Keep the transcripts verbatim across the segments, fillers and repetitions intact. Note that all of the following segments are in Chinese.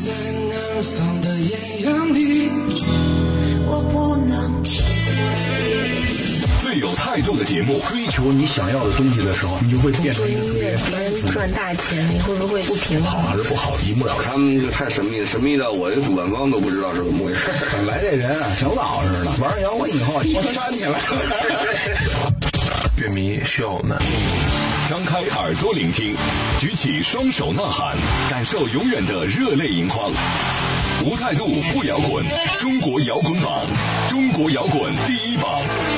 在南方的艳阳里，我不能体会。 最有态度的节目， 追求你想要的东西的时候，你就会变成一个特别别人赚大钱，你会不会不平衡？ 好还是不好，一目了然。 他们就太神秘了，神秘到我的主办方都不知道是怎么回事。 本来这人啊，挺老实的，玩摇滚以后，我煽起来了。 乐迷需要我们张开耳朵聆听，举起双手呐喊，感受永远的热泪盈眶。无态度不摇滚，中国摇滚榜，中国摇滚第一榜。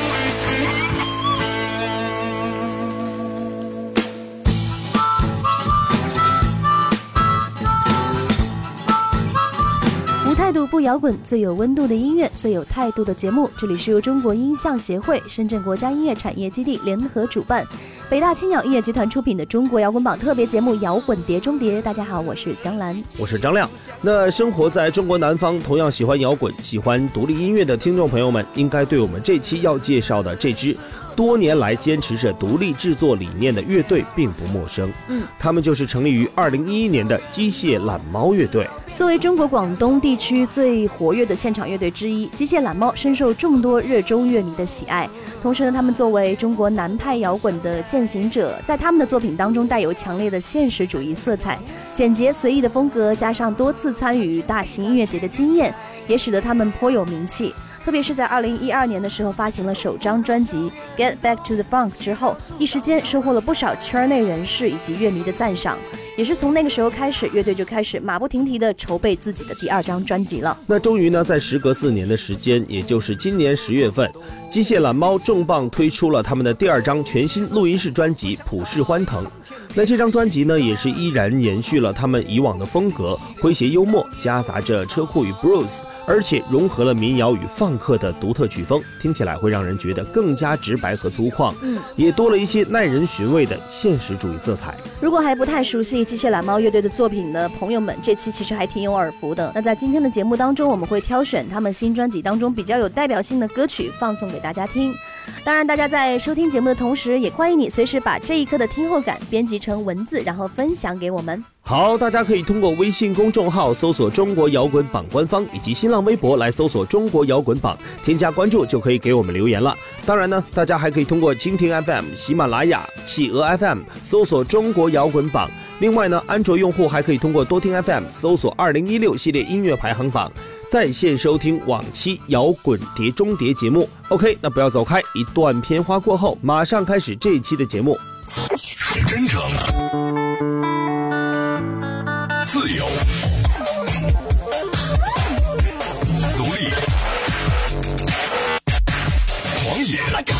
无态度不摇滚，最有温度的音乐，最有态度的节目。这里是由中国音像协会、深圳国家音乐产业基地联合主办，北大青鸟音乐集团出品的中国摇滚榜特别节目《摇滚碟中谍》。大家好，我是江兰， 我是张亮。那生活在中国南方，同样喜欢摇滚、喜欢独立音乐的听众朋友们，应该对我们这期要介绍的这支多年来坚持着独立制作理念的乐队并不陌生。嗯，他们就是成立于二零一一年的机械懒猫乐队。 作为中国广东地区最活跃的现场乐队之一，机械懒猫深受众多热衷乐迷的喜爱。同时呢，他们作为中国南派摇滚的践行者，在他们的作品当中带有强烈的现实主义色彩，简洁随意的风格加上多次参与大型音乐节的经验，也使得他们颇有名气。特别是在二零一二年的时候发行了首张专辑 Get Back to the Funk 之后，一时间收获了不少圈内人士以及乐迷的赞赏。也是从那个时候开始，乐队就开始马不停蹄地筹备自己的第二张专辑了。 那终于呢，在时隔四年的时间，也就是今年十月份，机械懒猫重磅推出了他们的第二张全新录音室专辑《普世欢腾》。那这张专辑呢，也是依然延续了他们以往的风格，诙谐幽默，夹杂着车库与 blues， 而且融合了民谣与放克的独特曲风，听起来会让人觉得更加直白和粗犷，嗯，也多了一些耐人寻味的现实主义色彩。 如果还不太熟悉机械懒猫乐队的作品的朋友们，这期其实还挺有耳福的。那在今天的节目当中，我们会挑选他们新专辑当中比较有代表性的歌曲放送给大家听。当然，大家在收听节目的同时，也欢迎你随时把这一刻的听后感编辑成文字，然后分享给我们。 好，大家可以通过微信公众号搜索中国摇滚榜官方，以及新浪微博来搜索中国摇滚榜，添加关注就可以给我们留言了。当然呢，大家还可以通过蜻蜓 F M、 喜马拉雅、企鹅 F M 搜索中国摇滚榜。另外呢，安卓用户还可以通过多听 F M 搜索二零一六系列音乐排行榜，在线收听往期摇滚碟中谍节目。 OK， 那不要走开，一段片花过后马上开始这一期的节目。 真诚，自由，独立，狂野，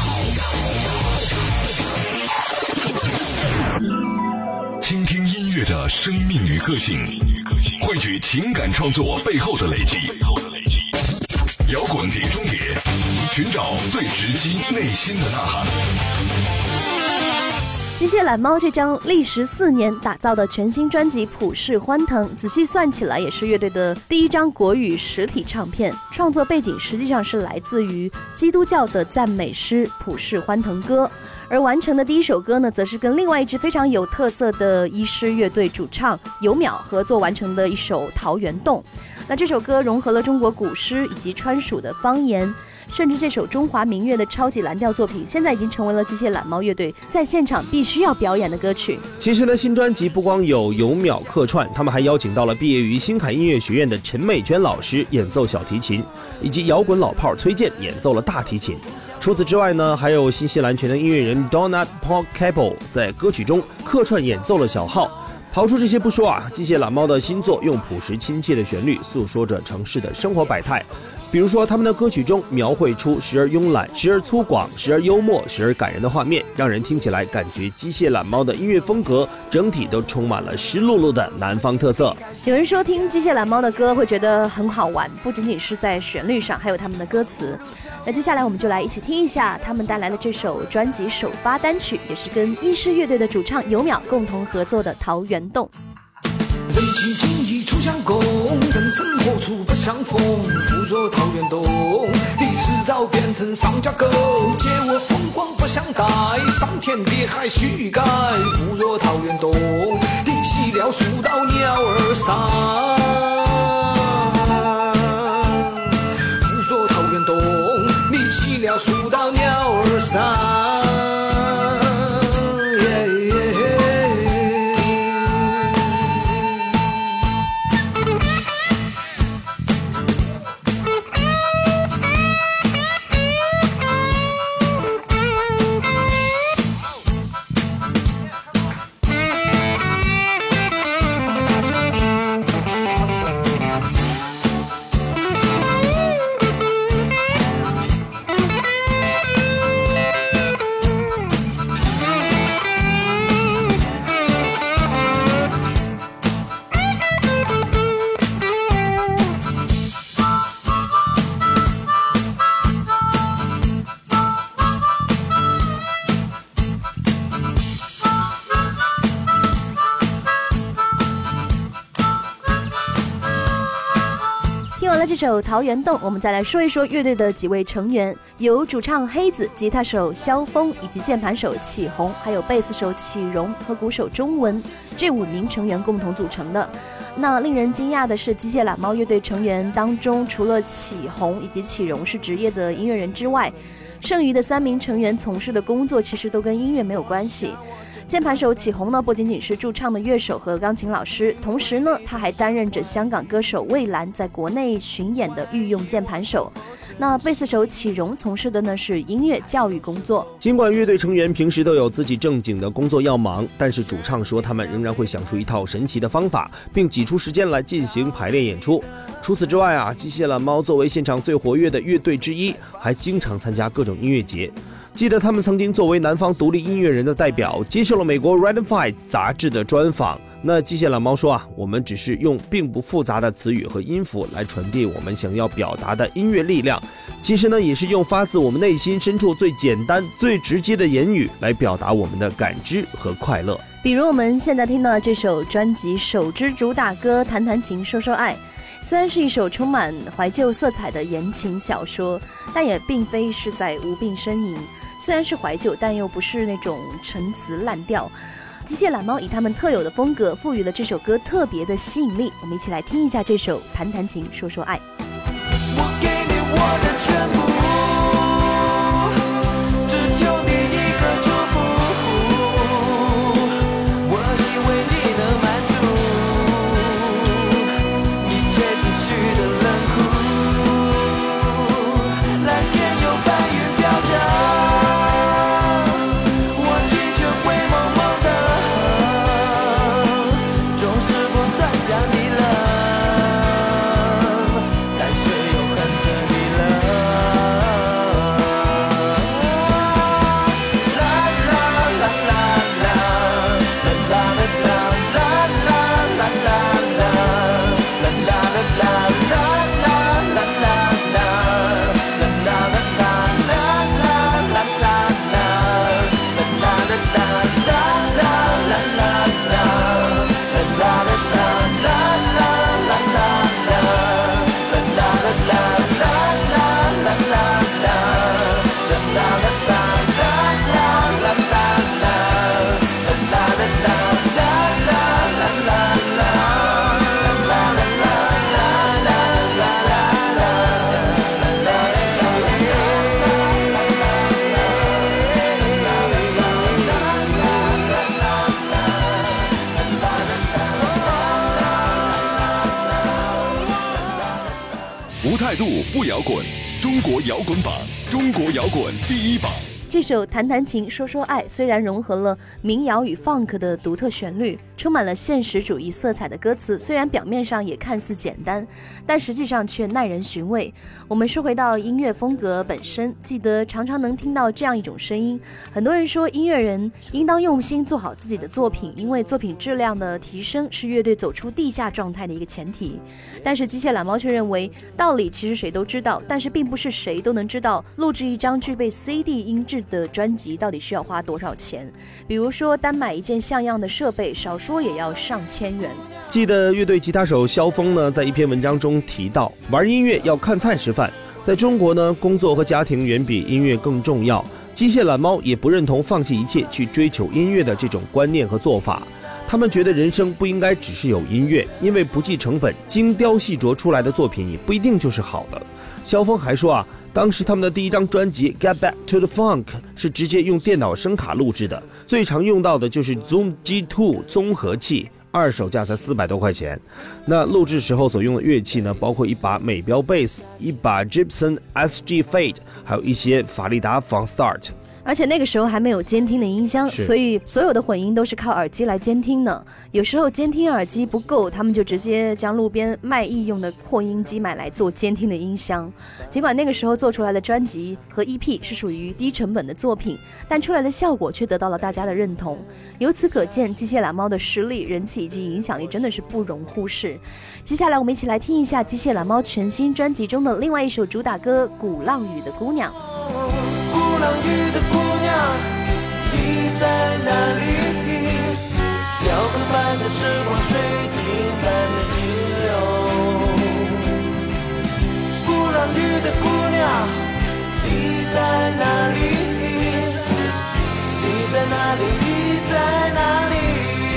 倾听音乐的生命与个性，汇聚情感创作背后的累积。摇滚碟中谍，寻找最直击内心的呐喊。 机械懒猫这张历时四年打造的全新专辑《普世欢腾》，仔细算起来也是乐队的第一张国语实体唱片。创作背景实际上是来自于基督教的赞美诗《普世欢腾歌》，而完成的第一首歌呢，则是跟另外一支非常有特色的医师乐队主唱尤淼合作完成的一首《桃源洞》。那这首歌融合了中国古诗以及川蜀的方言，甚至这首中华民乐的超级蓝调作品，现在已经成为了机械懒猫乐队在现场必须要表演的歌曲。 其实呢，新专辑不光有尤淼客串，他们还邀请到了毕业于新海音乐学院的陈美娟老师演奏小提琴，以及摇滚老炮崔健演奏了大提琴。除此之外呢，还有新西兰全能音乐人 Donald Paul Cable 在歌曲中客串演奏了小号。刨出这些不说啊，机械懒猫的新作用朴实亲切的旋律诉说着城市的生活百态。比如说他们的歌曲中描绘出时而慵懒、时而粗犷、时而幽默、时而感人的画面，让人听起来感觉机械懒猫的音乐风格整体都充满了湿漉漉的南方特色。 有人说听机械懒猫的歌会觉得很好玩，不仅仅是在旋律上，还有他们的歌词。那接下来我们就来一起听一下他们带来的这首专辑首发单曲，也是跟医师乐队的主唱尤淼共同合作的《桃源洞》。 人情景义初相共，人生何处不相逢。扶着桃源洞，你迟早变成丧家狗。借我风光不相待，伤天跌海须改。扶着桃源洞，你弃了树到鸟儿散。 要数到鸟儿散。 这首《桃源洞》，我们再来说一说乐队的几位成员，由主唱黑子、吉他手萧峰以及键盘手启宏，还有贝斯手启荣和鼓手钟文这五名成员共同组成的。那令人惊讶的是，机械懒猫乐队成员当中，除了启宏以及启荣是职业的音乐人之外，剩余的三名成员从事的工作其实都跟音乐没有关系。键盘手启宏呢，不仅仅是驻唱的乐手和钢琴老师，同时呢，他还担任着香港歌手蔚蓝在国内巡演的御用键盘手。那贝斯手启荣从事的呢是音乐教育工作。 尽管乐队成员平时都有自己正经的工作要忙，但是主唱说他们仍然会想出一套神奇的方法，并挤出时间来进行排练演出。除此之外啊，机械懒猫作为现场最活跃的乐队之一，还经常参加各种音乐节。记得他们曾经作为南方独立音乐人的代表，接受了美国 Red and Fine 杂志的专访。那机械懒猫说啊，我们只是用并不复杂的词语和音符来传递我们想要表达的音乐力量，其实呢，也是用发自我们内心深处最简单、最直接的言语来表达我们的感知和快乐。 比如我们现在听到的这首专辑首支主打歌《弹弹琴说说爱》，虽然是一首充满怀旧色彩的言情小说，但也并非是在无病呻吟。虽然是怀旧，但又不是那种陈词滥调。机械懒猫以他们特有的风格，赋予了这首歌特别的吸引力。我们一起来听一下这首《弹弹琴说说爱》。 我给你我的全部，只求你一个祝福。我以为你能满足一切继续的冷酷。蓝天有白云飘着，我心却会蒙蒙的，总是不断想你了，但却又恨着你了。啦啦啦啦啦，啦啦啦啦，啦啦啦啦啦，啦啦啦啦，啦啦啦啦啦，啦啦啦啦，啦啦啦啦啦，啦啦啦啦，啦啦啦啦啦，啦啦啦啦，啦啦啦啦啦，啦啦啦啦，啦啦啦啦啦，啦啦啦啦，啦啦啦啦啦，啦啦啦啦，啦啦啦啦啦，啦啦啦无态度不摇滚，中国摇滚榜，中国摇滚第一榜。 这首《弹弹琴说说爱》虽然融合了民谣与 funk 的独特旋律，充满了现实主义色彩的歌词，虽然表面上也看似简单，但实际上却耐人寻味。我们说回到音乐风格本身，记得常常能听到这样一种声音，很多人说音乐人应当用心做好自己的作品，因为作品质量的提升是乐队走出地下状态的一个前提。但是机械懒猫却认为，道理其实谁都知道，但是并不是谁都能知道录制一张具备 C D 音质的专辑到底需要花多少钱。比如说单买一件像样的设备，少说也要上千元。 记得乐队吉他手萧峰呢，在一篇文章中提到，玩音乐要看菜吃饭。在中国呢，工作和家庭远比音乐更重要。机械懒猫也不认同放弃一切去追求音乐的这种观念和做法。他们觉得人生不应该只是有音乐，因为不计成本、精雕细琢出来的作品也不一定就是好的。萧峰还说啊， 当时他们的第一张专辑 Get Back to the Funk 是直接用电脑声卡录制的，最常用到的就是 Zoom G 二 综合器，二手价才四百多块钱。那录制时候所用的乐器呢，包括一把美标贝斯，一把 Gibson S G Fade， 还有一些法利达 Fun Start。 而且那个时候还没有监听的音箱，所以所有的混音都是靠耳机来监听的。有时候监听耳机不够，他们就直接将路边卖艺用的扩音机买来做监听的音箱。尽管那个时候做出来的专辑和 E P 是属于低成本的作品，但出来的效果却得到了大家的认同。由此可见，机械懒猫的实力、人气以及影响力真的是不容忽视。接下来我们一起来听一下机械懒猫全新专辑中的另外一首主打歌《鼓浪屿的姑娘》。 鼓浪屿的姑娘，你在哪里？雕刻般的时光，水晶般的激流。鼓浪屿的姑娘，你在哪里？你在哪里？你在哪里？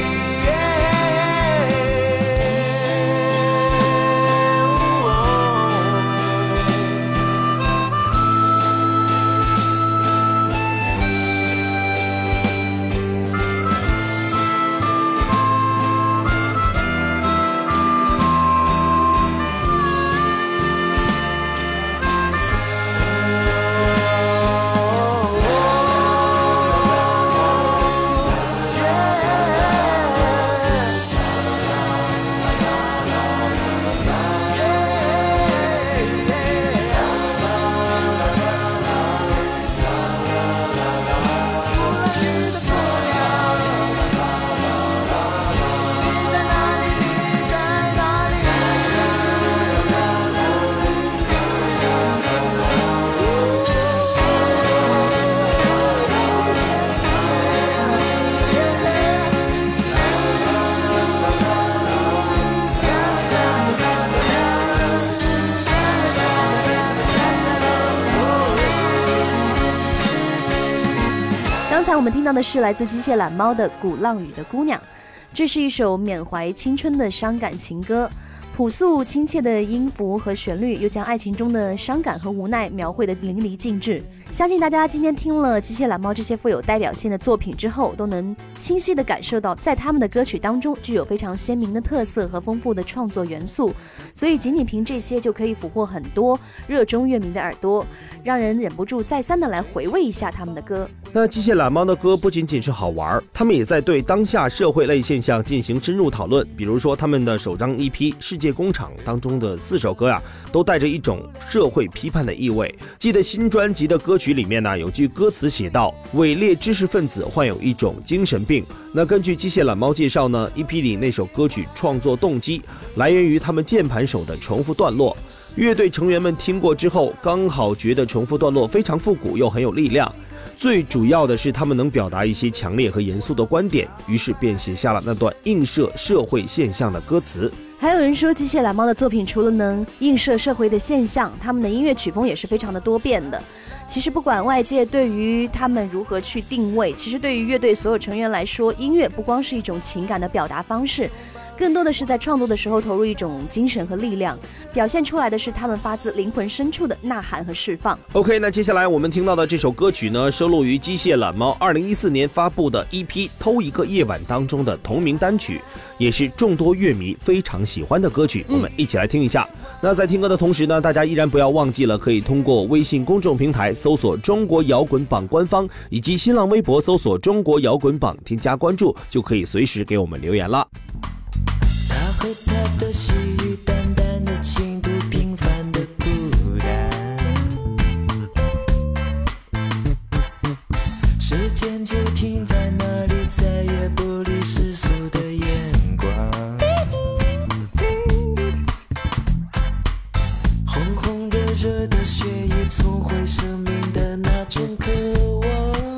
刚才我们听到的是来自机械懒猫的《鼓浪屿的姑娘》，这是一首缅怀青春的伤感情歌，朴素亲切的音符和旋律又将爱情中的伤感和无奈描绘得淋漓尽致。相信大家今天听了机械懒猫这些富有代表性的作品之后，都能清晰地感受到在他们的歌曲当中具有非常鲜明的特色和丰富的创作元素，所以仅仅凭这些就可以俘获很多热衷乐迷的耳朵，让人忍不住再三的来回味一下他们的歌。 那机械懒猫的歌不仅仅是好玩，他们也在对当下社会类现象进行深入讨论。比如说他们的首张 E P《世界工厂》当中的四首歌呀、啊，都带着一种社会批判的意味。记得新专辑的歌曲里面呢，有句歌词写道：伪劣知识分子患有一种精神病。那根据机械懒猫介绍呢 ，E P 里那首歌曲创作动机来源于他们键盘手的重复段落。乐队成员们听过之后，刚好觉得重复段落非常复古又很有力量。最主要的是他们能表达一些强烈和严肃的观点，于是便写下了那段映射社会现象的歌词。 还有人说机械懒猫的作品除了能映射社会的现象，他们的音乐曲风也是非常的多变的。其实不管外界对于他们如何去定位，其实对于乐队所有成员来说，音乐不光是一种情感的表达方式，更多的是在创作的时候投入一种精神和力量，表现出来的是他们发自灵魂深处的呐喊和释放。 OK， 那接下来我们听到的这首歌曲呢，收录于机械懒猫二零一四年发布的 E P《偷一个夜晚》当中的同名单曲，也是众多乐迷非常喜欢的歌曲，我们一起来听一下。嗯、那在听歌的同时呢，大家依然不要忘记了可以通过微信公众平台搜索中国摇滚榜官方，以及新浪微博搜索中国摇滚榜，添加关注就可以随时给我们留言了。 他和他的细雨淡淡的轻度平凡的孤单，时间就停在那里，再也不理世俗的眼光。红红热热的血液重回生命的那种渴望，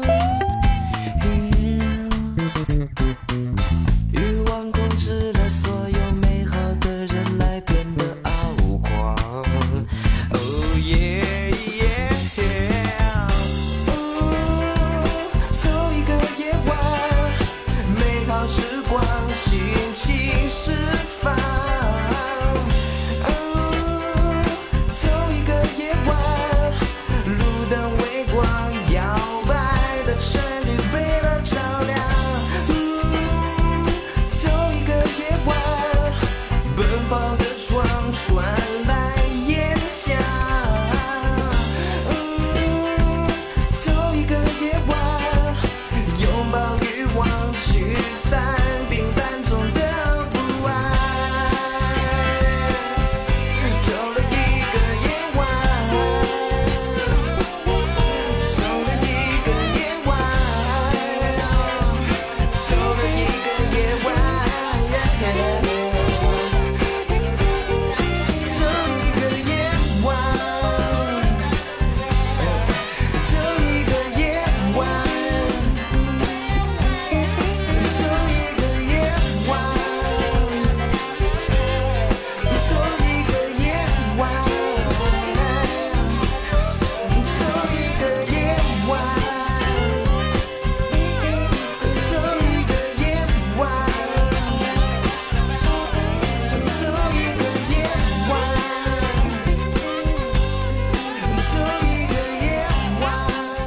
欲望控制了所有美好的人来变得傲狂。Oh yeah yeah yeah， 走一个夜晚，美好时光，心情释放。走一个夜晚，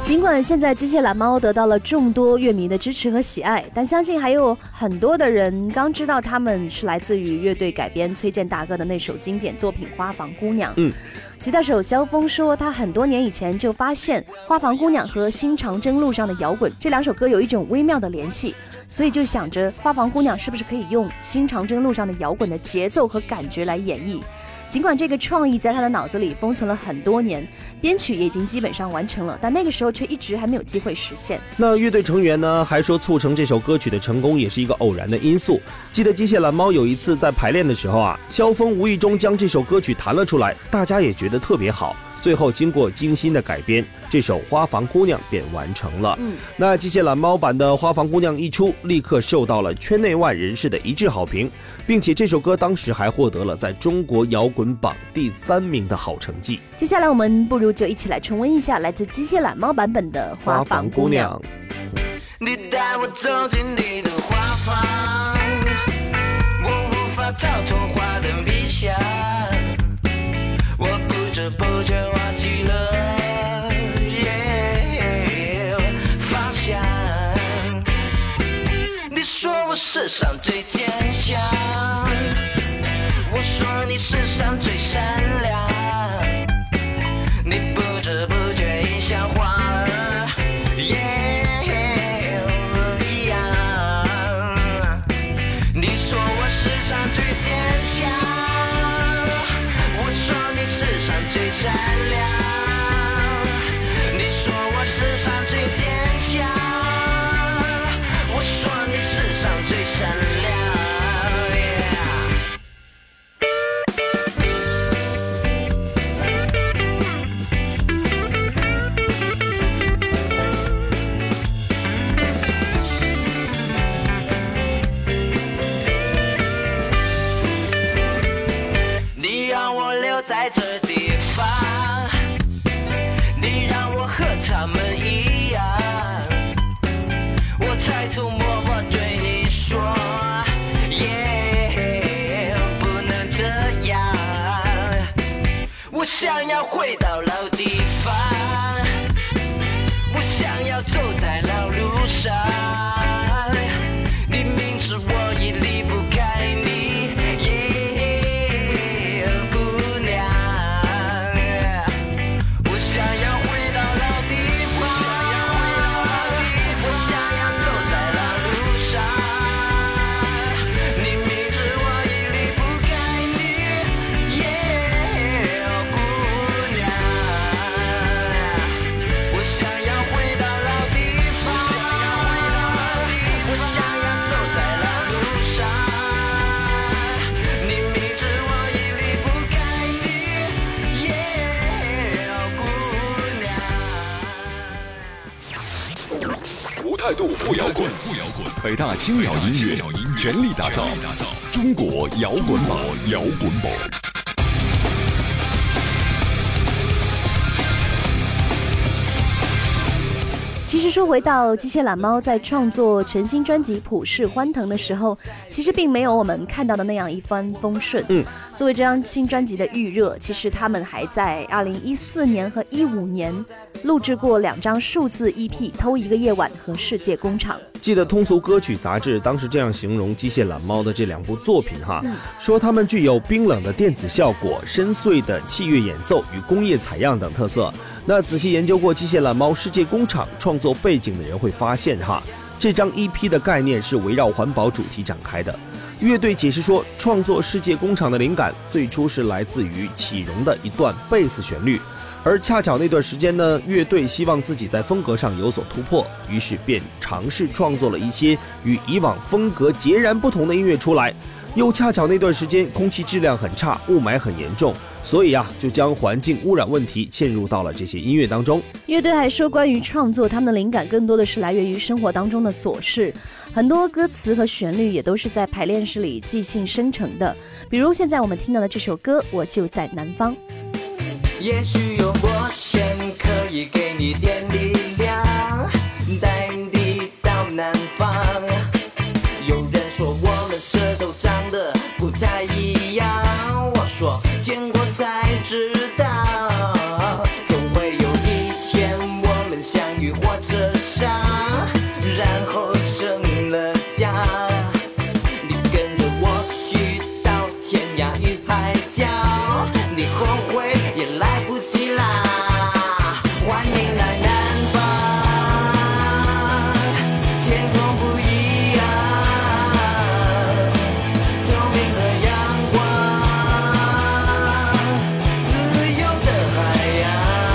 尽管现在机械懒猫得到了众多乐迷的支持和喜爱，但相信还有很多的人刚知道他们是来自于乐队改编崔健大哥的那首经典作品《花房姑娘》。嗯，吉他手萧峰说，他很多年以前就发现《花房姑娘》和《新长征路上的摇滚》这两首歌有一种微妙的联系，所以就想着《花房姑娘》是不是可以用《新长征路上的摇滚》的节奏和感觉来演绎。尽管这个创意在他的脑子里封存了很多年，编曲也已经基本上完成了，但那个时候却一直还没有机会实现。 那乐队成员呢还说，促成这首歌曲的成功也是一个偶然的因素。记得机械懒猫有一次在排练的时候啊，萧峰无意中将这首歌曲弹了出来，大家也觉得特别好。最后经过精心的改编，这首《花房姑娘》便完成了。嗯，那机械懒猫版的《花房姑娘》一出，立刻受到了圈内外人士的一致好评，并且这首歌当时还获得了在中国摇滚榜第三名的好成绩。 接下来我们不如就一起来重温一下来自机械懒猫版本的《花房姑娘》。 你带我走进你的花房，我无法逃脱花的迷香，我不知不觉忘记了、yeah, 方向。你说我世上最坚强，我说你世上最善良，你不知不觉已像花儿、yeah, 一样。你说我世上最坚强，我说你世上最善良，你说我世上最坚强，我说你世上最善良。你让我留在这地方，你让我和他们一样，我才图默默对你说，耶、yeah, 不能这样。我想要回到老地方，我想要走在老路上，你明知我已离不开你，耶、yeah, 姑娘。我想要回到老地方，我想要走在老路上，你明知我已离不开你，耶、yeah, 姑娘。我想要回到老地方，我想要走在老路上，你明知我已离不开你，耶、姑娘。 无态度不摇滚，北大青鸟音乐全力打造中国摇滚榜，摇滚榜。 其实说回到机械懒猫在创作全新专辑《普世欢腾》的时候，其实并没有我们看到的那样一帆风顺。嗯，作为这张新专辑的预热，其实他们还在二零一四年和一五年录制过两张数字 E P《偷一个夜晚》和《世界工厂》。 记得通俗歌曲杂志当时这样形容机械懒猫的这两部作品哈，嗯、说它们具有冰冷的电子效果、深邃的器乐演奏与工业采样等特色。那仔细研究过机械懒猫世界工厂创作背景的人会发现哈，这张 E P 的概念是围绕环保主题展开的。乐队解释说，创作世界工厂的灵感最初是来自于启荣的一段贝斯旋律，而恰巧那段时间呢，乐队希望自己在风格上有所突破，于是便尝试创作了一些与以往风格截然不同的音乐出来。又恰巧那段时间空气质量很差，雾霾很严重，所以啊，就将环境污染问题嵌入到了这些音乐当中。 乐队还说，关于创作，他们的灵感更多的是来源于生活当中的琐事，很多歌词和旋律也都是在排练室里即兴生成的。比如现在我们听到的这首歌《我就在南方》。 也许有我线可以给你点力量，带你到南方。有人说我们舌头长得不太一样，我说见过才知道，总会有一天我们相遇车上，然后成了家。你跟着我去到天涯与海角，你后悔也来不及啦。欢迎来南方，天空不一样，透明的阳光，自由的海洋。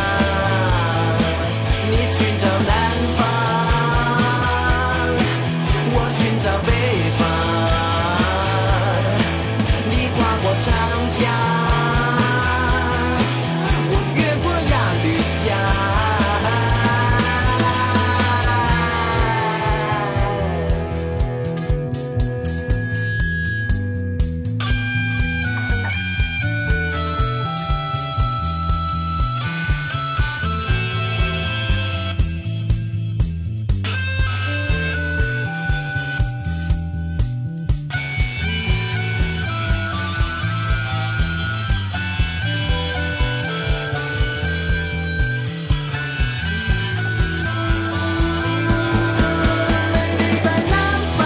你寻找南方，我寻找北方。你跨过长江，我越过鸭绿江。你在南方，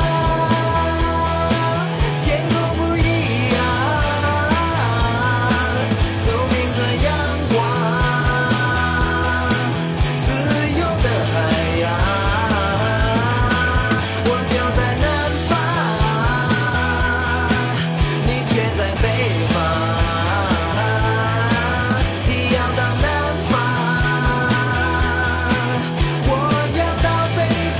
天空不一样，透明的阳光，自由的海洋。我就在南方，你却在北方。你要到南方，我要到北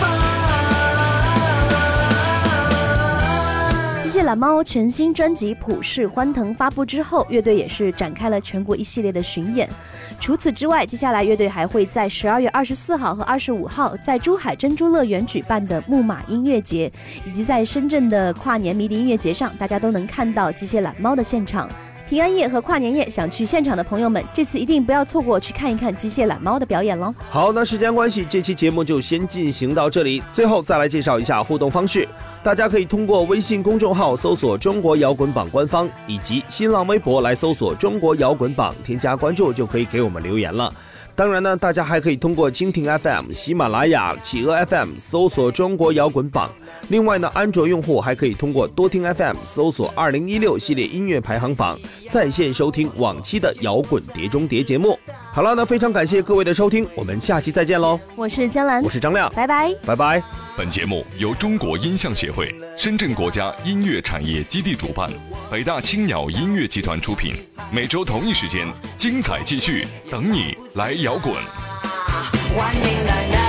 方。 机械懒猫全新专辑《普世欢腾》发布之后，乐队也是展开了全国一系列的巡演。除此之外，接下来乐队还会在十二月二十四号和二十五号在珠海珍珠乐园举办的木马音乐节，以及在深圳的跨年迷笛音乐节上，大家都能看到机械懒猫的现场。平安夜和跨年夜想去现场的朋友们，这次一定不要错过去看一看机械懒猫的表演喽。 好，那时间关系，这期节目就先进行到这里。最后再来介绍一下互动方式，大家可以通过微信公众号搜索中国摇滚榜官方，以及新浪微博来搜索中国摇滚榜，添加关注就可以给我们留言了。当然呢，大家还可以通过蜻蜓 F M、喜马拉雅、企鹅 F M 搜索中国摇滚榜。另外呢，安卓用户还可以通过多听 F M 搜索二零一六系列音乐排行榜，在线收听往期的摇滚碟中谍节目。好了，那非常感谢各位的收听，我们下期再见喽！ 我是江兰， 我是张亮， 拜拜， 拜拜。 本节目由中国音像协会、深圳国家音乐产业基地主办，北大青鸟音乐集团出品。每周同一时间，精彩继续，等你来摇滚。 欢迎来南